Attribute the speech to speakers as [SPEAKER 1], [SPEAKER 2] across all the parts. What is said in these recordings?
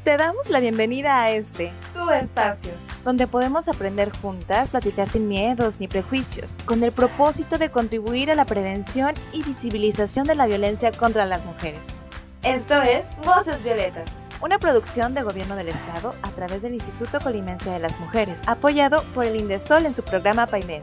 [SPEAKER 1] Te damos la bienvenida a tu espacio, donde podemos aprender juntas, platicar sin miedos ni prejuicios, con el propósito de contribuir a la prevención y visibilización de la violencia contra las mujeres. Esto es Voces Violetas, una producción de Gobierno del Estado a través del Instituto Colimense de las Mujeres, apoyado por el INDESOL en su programa PAIMEF.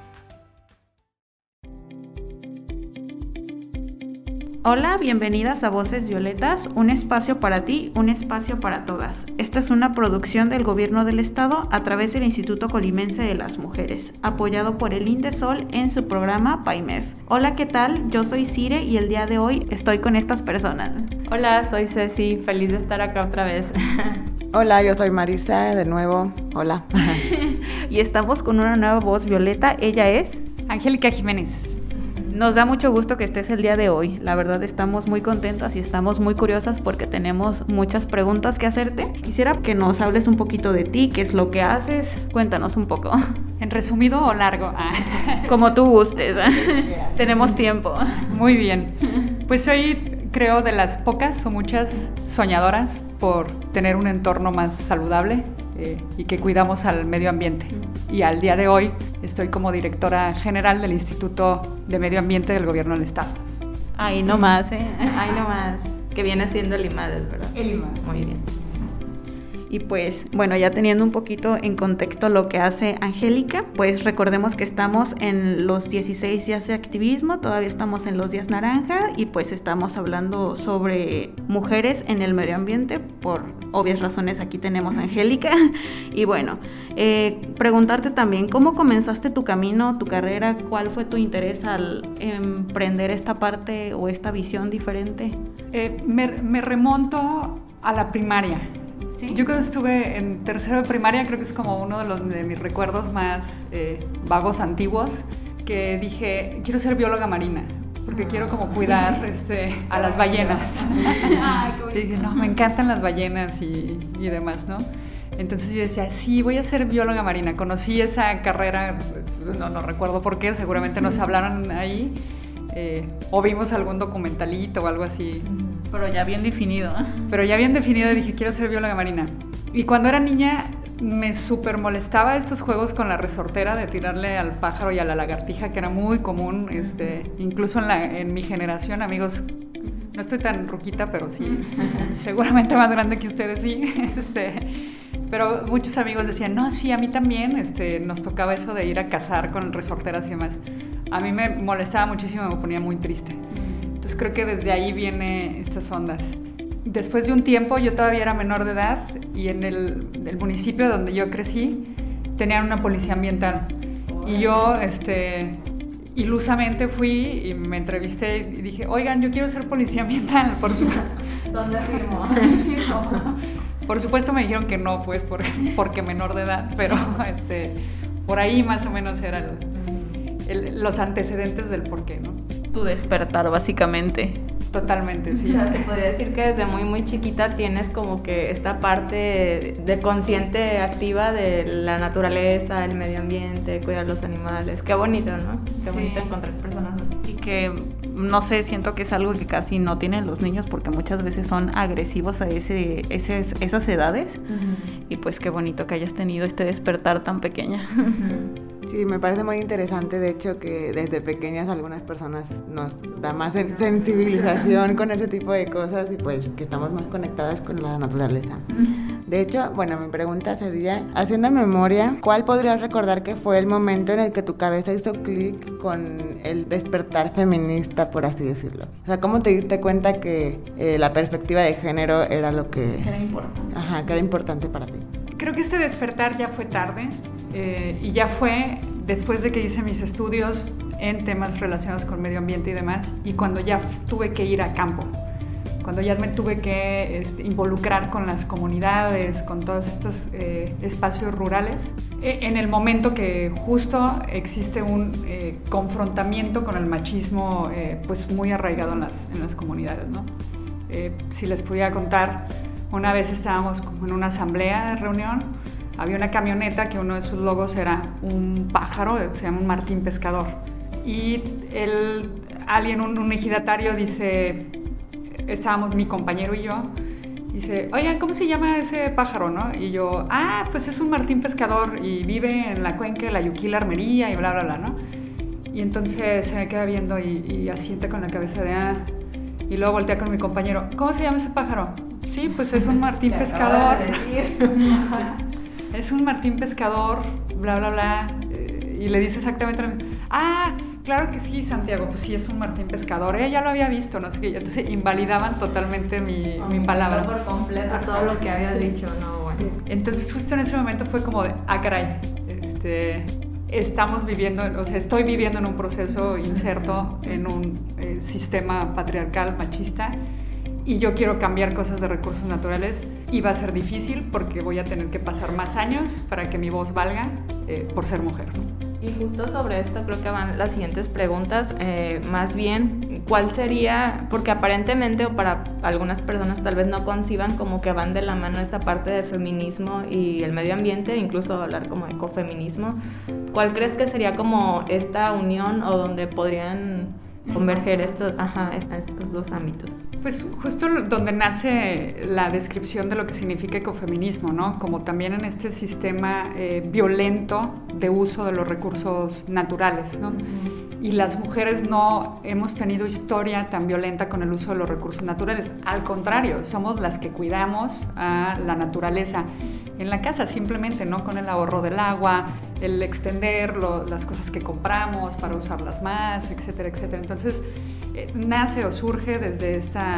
[SPEAKER 2] Hola, bienvenidas a Voces Violetas, un espacio para ti, un espacio para todas. Esta es una producción del Gobierno del Estado a través del Instituto Colimense de las Mujeres, apoyado por el INDESOL en su programa PAIMEF. Hola, ¿qué tal? Yo soy Cire y el día de hoy estoy con estas personas.
[SPEAKER 3] Hola, soy Ceci, feliz de estar acá otra vez.
[SPEAKER 4] Hola, yo soy Marisa, de nuevo, hola.
[SPEAKER 2] Y estamos con una nueva voz violeta, ella es
[SPEAKER 5] Angélica Jiménez.
[SPEAKER 2] Nos da mucho gusto que estés el día de hoy. La verdad estamos muy contentas y estamos muy curiosas porque tenemos muchas preguntas que hacerte. Quisiera que nos hables un poquito de ti, qué es lo que haces. Cuéntanos un poco.
[SPEAKER 5] ¿En resumido o largo?
[SPEAKER 2] Como tú gustes. Tenemos tiempo.
[SPEAKER 5] Muy bien. Pues soy, creo, de las pocas o muchas soñadoras por tener un entorno más saludable y que cuidamos al medio ambiente. Y al día de hoy estoy como directora general del Instituto de Medio Ambiente del Gobierno del Estado.
[SPEAKER 2] Ahí nomás,
[SPEAKER 3] Ahí nomás. Que viene siendo el IMADES, ¿verdad?
[SPEAKER 5] El IMADES.
[SPEAKER 3] Muy bien.
[SPEAKER 2] Y pues, bueno, ya teniendo un poquito en contexto lo que hace Angélica, pues recordemos que estamos en los 16 días de activismo, todavía estamos en los días naranja y pues estamos hablando sobre mujeres en el medio ambiente, por obvias razones aquí tenemos a Angélica. Y bueno, preguntarte también, ¿cómo comenzaste tu camino, tu carrera? ¿Cuál fue tu interés al emprender esta parte o esta visión diferente?
[SPEAKER 5] Me remonto a la primaria.
[SPEAKER 2] ¿Sí?
[SPEAKER 5] Yo cuando estuve en tercero de primaria, creo que es como uno de mis recuerdos más vagos, antiguos, que dije, quiero ser bióloga marina, porque quiero como cuidar a las ballenas. Y dije, no, me encantan las ballenas y demás, ¿no? Entonces yo decía, sí, voy a ser bióloga marina. Conocí esa carrera, no recuerdo por qué, seguramente nos hablaron ahí, o vimos algún documentalito o algo así.
[SPEAKER 2] Pero ya bien definido.
[SPEAKER 5] Pero ya bien definido y dije, quiero ser bióloga marina. Y cuando era niña me súper molestaba estos juegos con la resortera de tirarle al pájaro y a la lagartija, que era muy común, incluso en mi generación, amigos, no estoy tan ruquita, pero sí, seguramente más grande que ustedes, sí. Pero muchos amigos decían, no, sí, a mí también nos tocaba eso de ir a cazar con resorteras y demás. A mí me molestaba muchísimo, me ponía muy triste. Entonces creo que desde ahí vienen estas ondas. Después de un tiempo, yo todavía era menor de edad y en el municipio donde yo crecí tenían una policía ambiental. Y yo ilusamente fui y me entrevisté y dije, oigan, yo quiero ser policía ambiental.
[SPEAKER 3] ¿Dónde firmó?
[SPEAKER 5] Por supuesto me dijeron que no, pues porque menor de edad, pero por ahí más o menos eran los antecedentes del porqué, ¿no?
[SPEAKER 2] Tu despertar, básicamente.
[SPEAKER 5] Totalmente, sí.
[SPEAKER 3] O sea, se podría decir que desde muy, muy chiquita tienes como que esta parte de consciente activa de la naturaleza, el medio ambiente, cuidar los animales. Qué bonito, ¿no? Qué bonito encontrar personas así.
[SPEAKER 2] Y que, no sé, siento que es algo que casi no tienen los niños porque muchas veces son agresivos a esas edades. Uh-huh. Y pues qué bonito que hayas tenido este despertar tan pequeña.
[SPEAKER 3] Uh-huh.
[SPEAKER 4] Sí, me parece muy interesante, de hecho, que desde pequeñas algunas personas nos da más sensibilización con ese tipo de cosas y pues que estamos más conectadas con la naturaleza. De hecho, bueno, mi pregunta sería, haciendo memoria, ¿cuál podrías recordar que fue el momento en el que tu cabeza hizo clic con el despertar feminista, por así decirlo? O sea, ¿cómo te diste cuenta que la perspectiva de género era lo que...
[SPEAKER 2] Era importante.
[SPEAKER 4] Ajá, que era importante para ti.
[SPEAKER 5] Creo que este despertar ya fue tarde y ya fue después de que hice mis estudios en temas relacionados con medio ambiente y demás, y cuando ya tuve que ir a campo, cuando ya me tuve que involucrar con las comunidades, con todos estos espacios rurales, en el momento que justo existe un confrontamiento con el machismo pues muy arraigado en las comunidades, ¿no? Si les pudiera contar, una vez estábamos como en una asamblea de reunión, había una camioneta que uno de sus logos era un pájaro, se llama un martín pescador, y un ejidatario dice, estábamos mi compañero y yo, Dice, oigan, ¿cómo se llama ese pájaro, no? Y yo, pues es un martín pescador y vive en la cuenca de la Yuquila Armería y bla, bla, bla, ¿no? Y entonces se me queda viendo y asiente con la cabeza de, y luego voltea con mi compañero, ¿cómo se llama ese pájaro? Sí, pues es un martín pescador. Es un martín pescador, bla, bla, bla. Y le dice exactamente lo mismo. Claro que sí, Santiago, pues sí, es un martín pescador. Ya lo había visto, no sé qué. Entonces invalidaban totalmente mi palabra.
[SPEAKER 3] Por completo todo lo que habías dicho, ¿no? Bueno.
[SPEAKER 5] Entonces justo en ese momento fue como de, caray, estamos viviendo, o sea, estoy viviendo en un proceso inserto en un sistema patriarcal, machista, y yo quiero cambiar cosas de recursos naturales, y va a ser difícil porque voy a tener que pasar más años para que mi voz valga por ser mujer, ¿no?
[SPEAKER 3] Y justo sobre esto creo que van las siguientes preguntas, más bien, ¿cuál sería? Porque aparentemente, o para algunas personas tal vez no conciban como que van de la mano esta parte del feminismo y el medio ambiente, incluso hablar como de ecofeminismo. ¿Cuál crees que sería como esta unión o donde podrían converger estos dos ámbitos?
[SPEAKER 5] Pues justo donde nace la descripción de lo que significa ecofeminismo, ¿no? Como también en este sistema violento de uso de los recursos naturales, ¿no? Y las mujeres no hemos tenido historia tan violenta con el uso de los recursos naturales. Al contrario, somos las que cuidamos a la naturaleza en la casa, simplemente, ¿no? Con el ahorro del agua, el extender las cosas que compramos para usarlas más, etcétera, etcétera. Entonces, nace o surge desde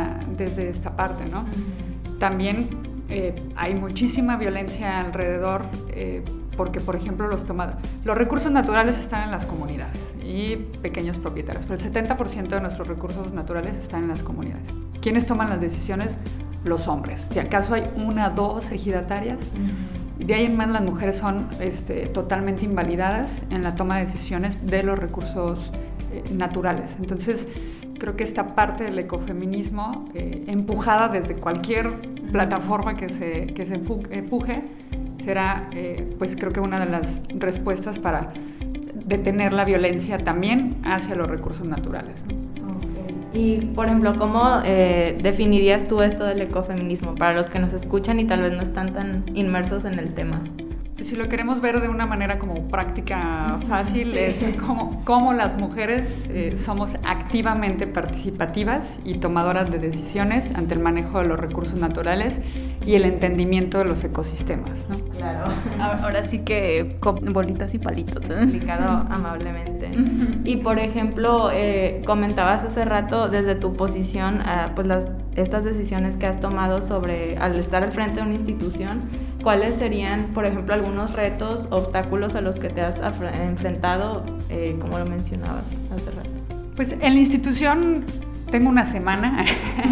[SPEAKER 5] esta parte, ¿no? También hay muchísima violencia alrededor porque, por ejemplo, los recursos naturales están en las comunidades y pequeños propietarios, pero el 70% de nuestros recursos naturales están en las comunidades. ¿Quiénes toman las decisiones? Los hombres. Si acaso hay 1 o 2 ejidatarias, y de ahí en más las mujeres son totalmente invalidadas en la toma de decisiones de los recursos naturales. Entonces, creo que esta parte del ecofeminismo, empujada desde cualquier plataforma que se empuje, será, pues creo que una de las respuestas para detener la violencia también hacia los recursos naturales, ¿no?
[SPEAKER 3] Y, por ejemplo, ¿cómo definirías tú esto del ecofeminismo para los que nos escuchan y tal vez no están tan inmersos en el tema?
[SPEAKER 5] Si lo queremos ver de una manera como práctica fácil, sí. Es como las mujeres somos activamente participativas y tomadoras de decisiones ante el manejo de los recursos naturales y el entendimiento de los ecosistemas, ¿no?
[SPEAKER 3] Claro.
[SPEAKER 2] Ahora sí que con bolitas y palitos,
[SPEAKER 3] Explicado amablemente. Y, por ejemplo, comentabas hace rato desde tu posición, pues estas decisiones que has tomado sobre al estar al frente de una institución, ¿cuáles serían, por ejemplo, algunos retos, obstáculos a los que te has enfrentado, como lo mencionabas hace rato?
[SPEAKER 5] Pues en la institución tengo una semana,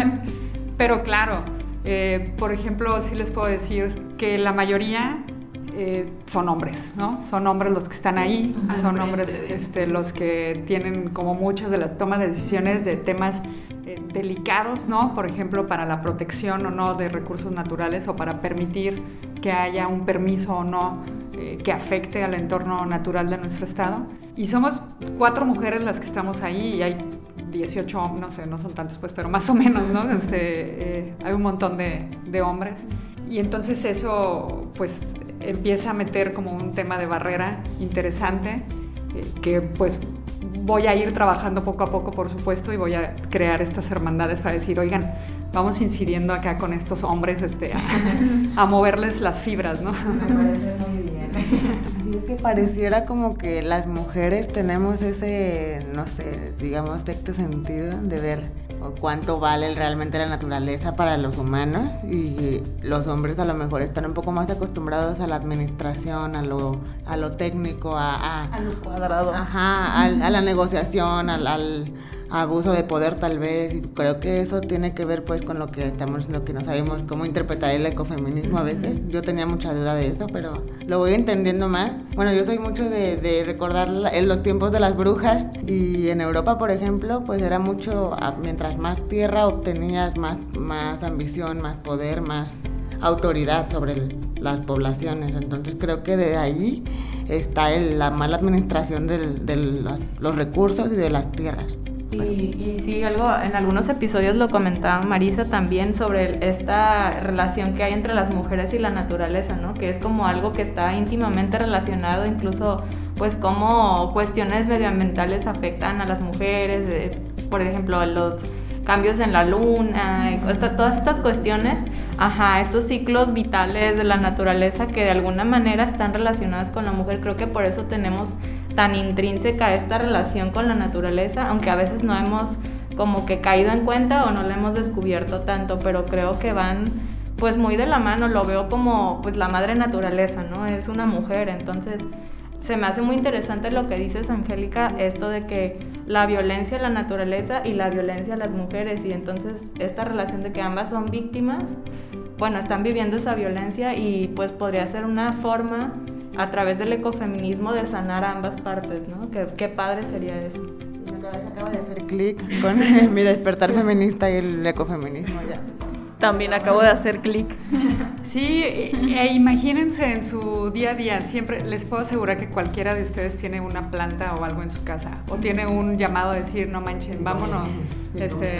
[SPEAKER 5] pero claro, por ejemplo, sí les puedo decir que la mayoría son hombres, ¿no? Son hombres los que están ahí, son hombres los que tienen como muchas de las tomas de decisiones de temas delicados, ¿no? Por ejemplo, para la protección o no de recursos naturales o para permitir que haya un permiso o no que afecte al entorno natural de nuestro estado. Y somos 4 mujeres las que estamos ahí y hay 18, no sé, no son tantos pues, pero más o menos, ¿no? Hay un montón de hombres. Y entonces eso, pues, empieza a meter como un tema de barrera interesante que, pues, voy a ir trabajando poco a poco, por supuesto, y voy a crear estas hermandades para decir, oigan, vamos incidiendo acá con estos hombres a moverles las fibras, ¿no?
[SPEAKER 3] Me parece muy bien.
[SPEAKER 4] Sí, es que pareciera como que las mujeres tenemos ese, no sé, digamos, sexto sentido de ver cuánto vale realmente la naturaleza para los humanos, y los hombres a lo mejor están un poco más acostumbrados a la administración, a lo técnico, a
[SPEAKER 2] lo cuadrado.
[SPEAKER 4] Ajá, a la negociación, al abuso de poder tal vez, y creo que eso tiene que ver pues con lo que no sabemos cómo interpretar el ecofeminismo a veces. Yo tenía mucha duda de eso, pero lo voy entendiendo más. Bueno, yo soy mucho de recordar en los tiempos de las brujas, y en Europa, por ejemplo, pues era mucho, mientras más tierra obtenías, más ambición, más poder, más autoridad sobre las poblaciones. Entonces creo que de ahí está la mala administración de los recursos y de las tierras.
[SPEAKER 3] Y sí, algo, en algunos episodios lo comentaba Marisa también sobre esta relación que hay entre las mujeres y la naturaleza, ¿no? Que es como algo que está íntimamente relacionado, incluso pues cómo cuestiones medioambientales afectan a las mujeres, por ejemplo, los cambios en la luna, todas estas cuestiones, estos ciclos vitales de la naturaleza que de alguna manera están relacionadas con la mujer. Creo que por eso tenemos tan intrínseca esta relación con la naturaleza, aunque a veces no hemos como que caído en cuenta o no la hemos descubierto tanto, pero creo que van pues muy de la mano. Lo veo como pues la madre naturaleza, ¿no? Es una mujer, entonces se me hace muy interesante lo que dices, Angélica, esto de que la violencia a la naturaleza y la violencia a las mujeres, y entonces esta relación de que ambas son víctimas, bueno, están viviendo esa violencia, y pues podría ser una forma a través del ecofeminismo de sanar ambas partes, ¿no? Qué padre sería eso.
[SPEAKER 4] Mi cabeza acaba de hacer clic con mi despertar feminista y el ecofeminismo ya.
[SPEAKER 1] También acabo de hacer clic.
[SPEAKER 5] Sí, imagínense en su día a día, siempre les puedo asegurar que cualquiera de ustedes tiene una planta o algo en su casa, o tiene un llamado a decir, no manchen, vámonos.
[SPEAKER 4] Sí,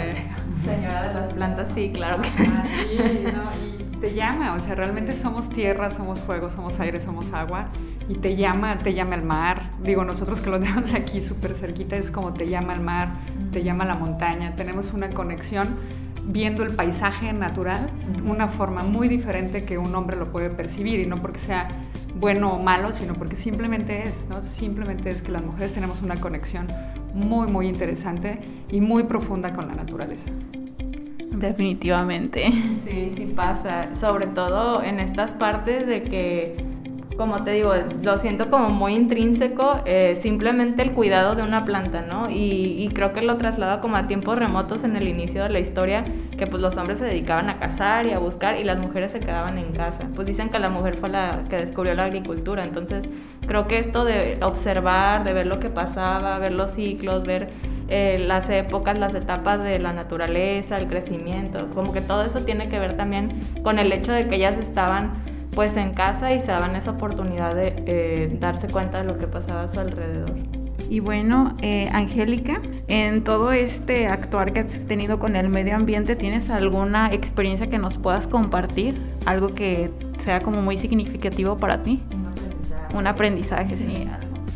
[SPEAKER 3] Señora de las plantas, sí, claro que
[SPEAKER 5] sí, no, y te llama, o sea, realmente somos tierra, somos fuego, somos aire, somos agua, y te llama el mar. Digo, nosotros que lo tenemos aquí súper cerquita, es como te llama el mar, te llama la montaña, tenemos una conexión viendo el paisaje natural, una forma muy diferente que un hombre lo puede percibir, y no porque sea bueno o malo, sino porque simplemente es, ¿no? Simplemente es que las mujeres tenemos una conexión muy, muy interesante y muy profunda con la naturaleza.
[SPEAKER 1] Definitivamente.
[SPEAKER 3] sí pasa, sobre todo en estas partes de que, como te digo, lo siento como muy intrínseco, simplemente el cuidado de una planta, ¿no? Y creo que lo traslado como a tiempos remotos en el inicio de la historia, que pues los hombres se dedicaban a cazar y a buscar, y las mujeres se quedaban en casa. Pues dicen que la mujer fue la que descubrió la agricultura, entonces creo que esto de observar, de ver lo que pasaba, ver los ciclos, ver las épocas, las etapas de la naturaleza, el crecimiento, como que todo eso tiene que ver también con el hecho de que ellas estaban pues en casa y se daban esa oportunidad de darse cuenta de lo que pasaba a su alrededor.
[SPEAKER 2] Y bueno, Angélica, en todo este actuar que has tenido con el medio ambiente, ¿tienes alguna experiencia que nos puedas compartir? Algo que sea como muy significativo para ti. Un aprendizaje, sí.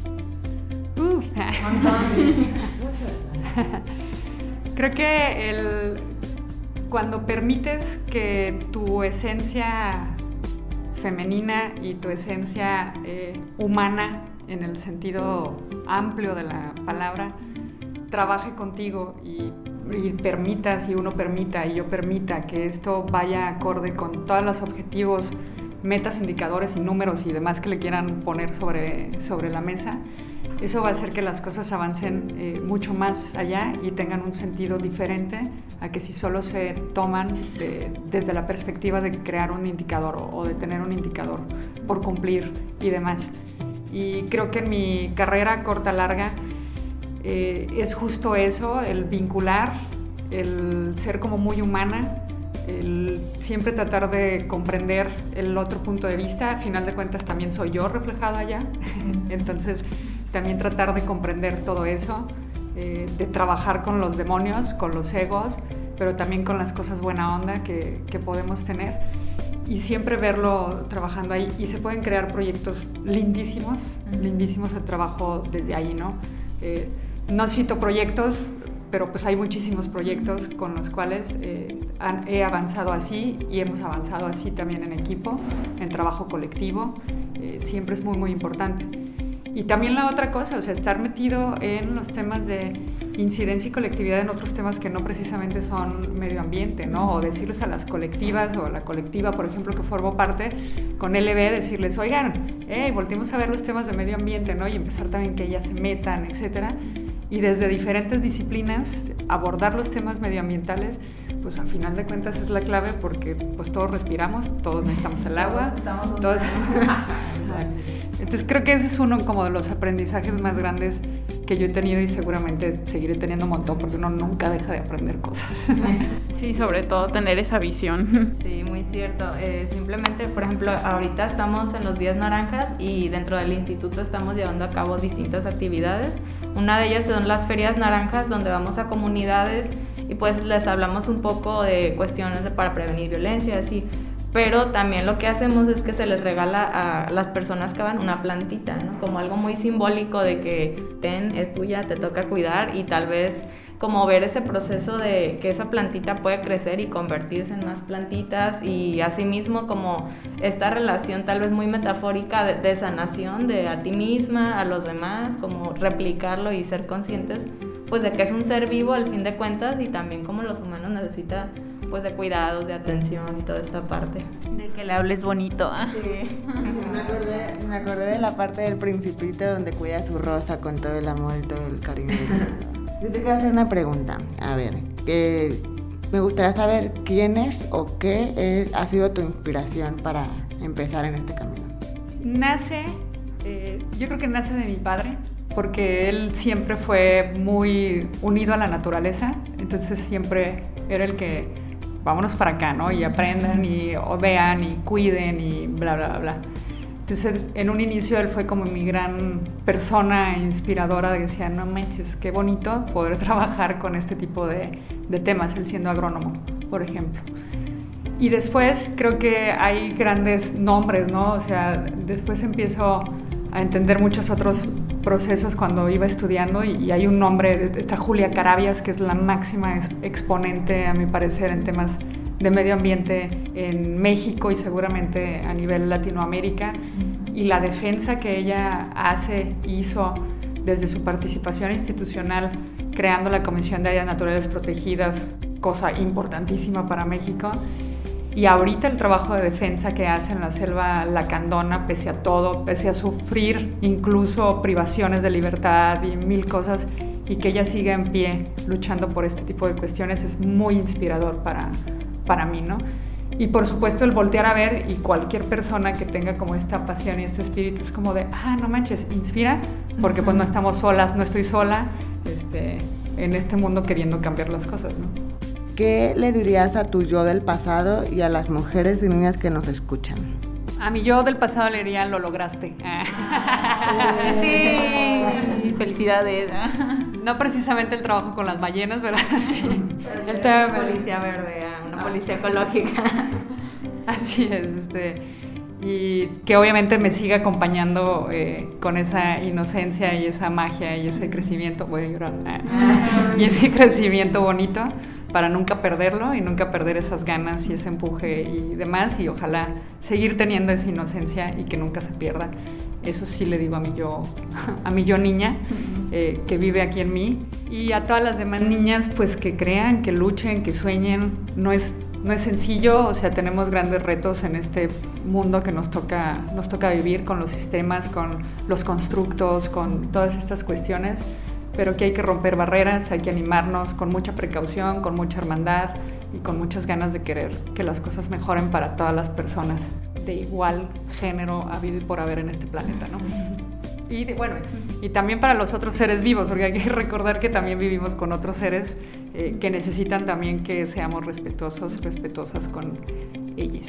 [SPEAKER 5] Creo que cuando permites que tu esencia femenina y tu esencia humana, en el sentido amplio de la palabra, trabaje contigo y permitas, y uno permita y yo permita que esto vaya acorde con todos los objetivos, metas, indicadores y números y demás que le quieran poner sobre la mesa, eso va a hacer que las cosas avancen mucho más allá y tengan un sentido diferente a que si solo se toman desde la perspectiva de crear un indicador o de tener un indicador por cumplir y demás. Y creo que en mi carrera corta, larga, es justo eso, el vincular, el ser como muy humana, el siempre tratar de comprender el otro punto de vista. A final de cuentas también soy yo reflejado allá, entonces también tratar de comprender todo eso, de trabajar con los demonios, con los egos, pero también con las cosas buena onda que podemos tener, y siempre verlo trabajando ahí. Y se pueden crear proyectos lindísimos, lindísimos el trabajo desde ahí, ¿no? No cito proyectos, pero pues hay muchísimos proyectos con los cuales he avanzado así, y hemos avanzado así también en equipo, en trabajo colectivo. Siempre es muy, muy importante. Y también la otra cosa, o sea, estar metido en los temas de incidencia y colectividad en otros temas que no precisamente son medio ambiente, ¿no? O decirles a las colectivas o a la colectiva, por ejemplo, que formo parte, con LB, decirles, oigan, volteemos a ver los temas de medio ambiente, ¿no? Y empezar también que ellas se metan, etcétera. Y desde diferentes disciplinas abordar los temas medioambientales, pues a final de cuentas es la clave, porque pues todos respiramos, todos necesitamos el agua, todos... Entonces creo que ese es uno como de los aprendizajes más grandes yo he tenido y seguramente seguiré teniendo un montón porque uno nunca deja de aprender cosas.
[SPEAKER 2] Sí, sobre todo tener esa visión.
[SPEAKER 3] Sí, muy cierto. Simplemente, por ejemplo, ahorita estamos en los Días Naranjas y dentro del instituto estamos llevando a cabo distintas actividades. Una de ellas son las ferias naranjas, donde vamos a comunidades y pues les hablamos un poco de cuestiones para prevenir violencia, así. Pero también lo que hacemos es que se les regala a las personas que van una plantita, ¿no? Como algo muy simbólico de que es tuya, te toca cuidar, y tal vez como ver ese proceso de que esa plantita puede crecer y convertirse en más plantitas, y asimismo como esta relación tal vez muy metafórica de sanación de a ti misma, a los demás, como replicarlo y ser conscientes pues de que es un ser vivo al fin de cuentas, y también como los humanos necesitan pues de cuidados, de atención y toda esta parte.
[SPEAKER 2] De que le hables bonito.
[SPEAKER 3] Sí.
[SPEAKER 4] Me acordé de la parte del Principito donde cuida su rosa con todo el amor y todo el cariño del mundo. Yo te quiero hacer una pregunta. A ver, me gustaría saber quién es o qué ha sido tu inspiración para empezar en este camino.
[SPEAKER 5] Yo creo que nace de mi padre, porque él siempre fue muy unido a la naturaleza, entonces siempre era el que vámonos para acá, ¿no? Y aprendan y vean y cuiden y bla, bla, bla, bla. Entonces, en un inicio él fue como mi gran persona inspiradora, que decía, no manches, qué bonito poder trabajar con este tipo de temas, él siendo agrónomo, por ejemplo. Y después creo que hay grandes nombres, ¿no? O sea, después empiezo a entender muchos otros procesos cuando iba estudiando, y hay un nombre, está Julia Carabias, que es la máxima exponente, a mi parecer, en temas de medio ambiente en México y seguramente a nivel Latinoamérica, y la defensa que ella hizo desde su participación institucional creando la Comisión de Áreas Naturales Protegidas, cosa importantísima para México. Y ahorita el trabajo de defensa que hace en la selva lacandona, pese a todo, pese a sufrir incluso privaciones de libertad y mil cosas, y que ella siga en pie luchando por este tipo de cuestiones, es muy inspirador para mí, ¿no? Y por supuesto el voltear a ver, y cualquier persona que tenga como esta pasión y este espíritu es como de, no manches, inspira, porque pues no estamos solas, no estoy sola en este mundo queriendo cambiar las cosas, ¿no?
[SPEAKER 4] ¿Qué le dirías a tu yo del pasado y a las mujeres y niñas que nos escuchan?
[SPEAKER 5] A mi yo del pasado le diría, lo lograste.
[SPEAKER 2] Sí, felicidades.
[SPEAKER 5] No precisamente el trabajo con las ballenas, ¿verdad? Sí.
[SPEAKER 3] El tema de policía verde, una policía ecológica.
[SPEAKER 5] Así es. Y que obviamente me siga acompañando con esa inocencia y esa magia y ese crecimiento, voy a llorar, y ese crecimiento bonito, para nunca perderlo y nunca perder esas ganas y ese empuje y demás, y ojalá seguir teniendo esa inocencia y que nunca se pierda. Eso sí le digo a mi yo niña, que vive aquí en mí, y a todas las demás niñas, pues que crean, que luchen, que sueñen. No es sencillo, o sea, tenemos grandes retos en este mundo que nos toca vivir, con los sistemas, con los constructos, con todas estas cuestiones, pero que hay que romper barreras, hay que animarnos con mucha precaución, con mucha hermandad y con muchas ganas de querer que las cosas mejoren para todas las personas de igual género habido y por haber en este planeta, ¿no? Y también para los otros seres vivos, porque hay que recordar que también vivimos con otros seres que necesitan también que seamos respetuosas con ellos.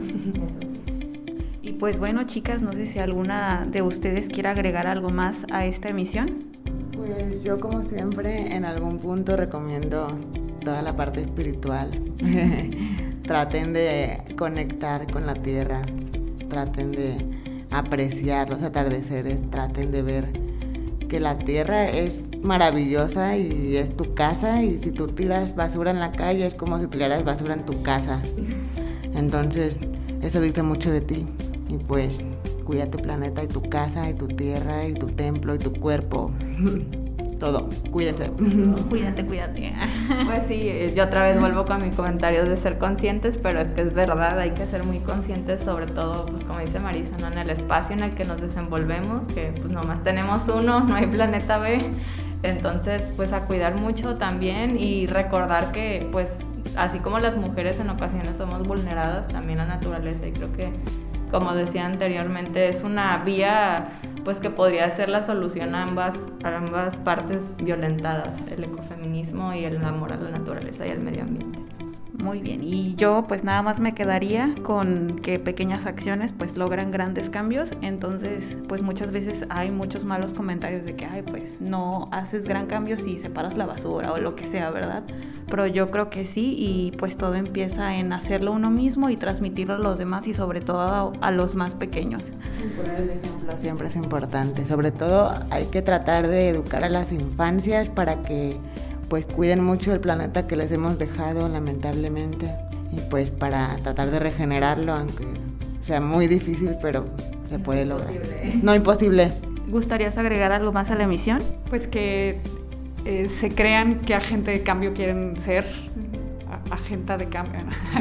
[SPEAKER 2] Y pues bueno, chicas, no sé si alguna de ustedes quiera agregar algo más a esta emisión.
[SPEAKER 4] Pues yo, como siempre, en algún punto recomiendo toda la parte espiritual. Traten de conectar con la tierra, traten de apreciar los atardeceres, traten de ver que la tierra es maravillosa y es tu casa, y si tú tiras basura en la calle es como si tiraras basura en tu casa. Entonces eso dice mucho de ti, y pues cuida tu planeta y tu casa y tu tierra y tu templo y tu cuerpo. Todo, cuídense.
[SPEAKER 2] Cuídate.
[SPEAKER 3] Pues sí, yo otra vez vuelvo con mi comentario de ser conscientes, pero es que es verdad, hay que ser muy conscientes, sobre todo, pues como dice Marisa, ¿no? En el espacio en el que nos desenvolvemos, que pues nomás tenemos uno, no hay planeta B. Entonces, pues a cuidar mucho también, y recordar que pues así como las mujeres en ocasiones somos vulneradas, también la naturaleza, y creo que como decía anteriormente, es una vía pues que podría ser la solución a ambas partes violentadas, el ecofeminismo y el amor a la naturaleza y al medio ambiente.
[SPEAKER 2] Muy bien, y yo pues nada más me quedaría con que pequeñas acciones pues logran grandes cambios. Entonces pues muchas veces hay muchos malos comentarios de que ay, pues no haces gran cambio si separas la basura o lo que sea, ¿verdad? Pero yo creo que sí, y pues todo empieza en hacerlo uno mismo y transmitirlo a los demás, y sobre todo a los más pequeños.
[SPEAKER 4] Poner el ejemplo siempre es importante, sobre todo hay que tratar de educar a las infancias para que pues cuiden mucho el planeta que les hemos dejado lamentablemente, y pues para tratar de regenerarlo, aunque sea muy difícil, pero se puede lograr. No imposible.
[SPEAKER 2] ¿Gustarías agregar algo más a la emisión?
[SPEAKER 5] Pues que se crean que agente de cambio quieren ser, agente de cambio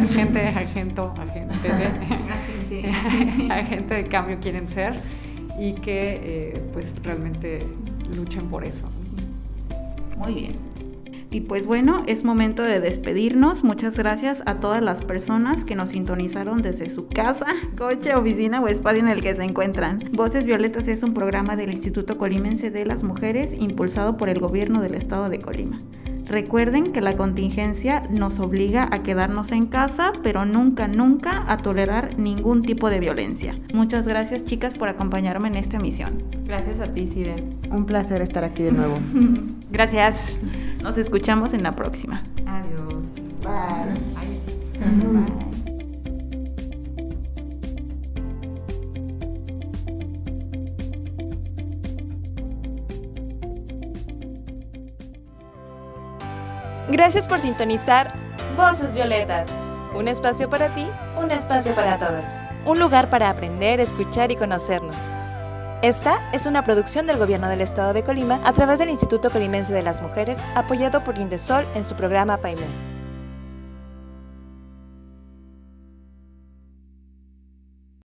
[SPEAKER 5] quieren ser, y que pues realmente luchen por eso.
[SPEAKER 2] Muy bien. Y pues bueno, es momento de despedirnos. Muchas gracias a todas las personas que nos sintonizaron desde su casa, coche, oficina o espacio en el que se encuentran. Voces Violetas es un programa del Instituto Colimense de las Mujeres impulsado por el gobierno del estado de Colima. Recuerden que la contingencia nos obliga a quedarnos en casa, pero nunca, nunca a tolerar ningún tipo de violencia. Muchas gracias, chicas, por acompañarme en esta emisión.
[SPEAKER 3] Gracias a ti, Sire.
[SPEAKER 4] Un placer estar aquí de nuevo.
[SPEAKER 5] Gracias.
[SPEAKER 2] Nos escuchamos en la próxima.
[SPEAKER 3] Adiós.
[SPEAKER 4] Bye.
[SPEAKER 3] Bye.
[SPEAKER 1] Gracias por sintonizar Voces Violetas. Un espacio para ti, un espacio para todas. Un lugar para aprender, escuchar y conocernos. Esta es una producción del Gobierno del Estado de Colima a través del Instituto Colimense de las Mujeres, apoyado por Indesol en su programa PAIMED.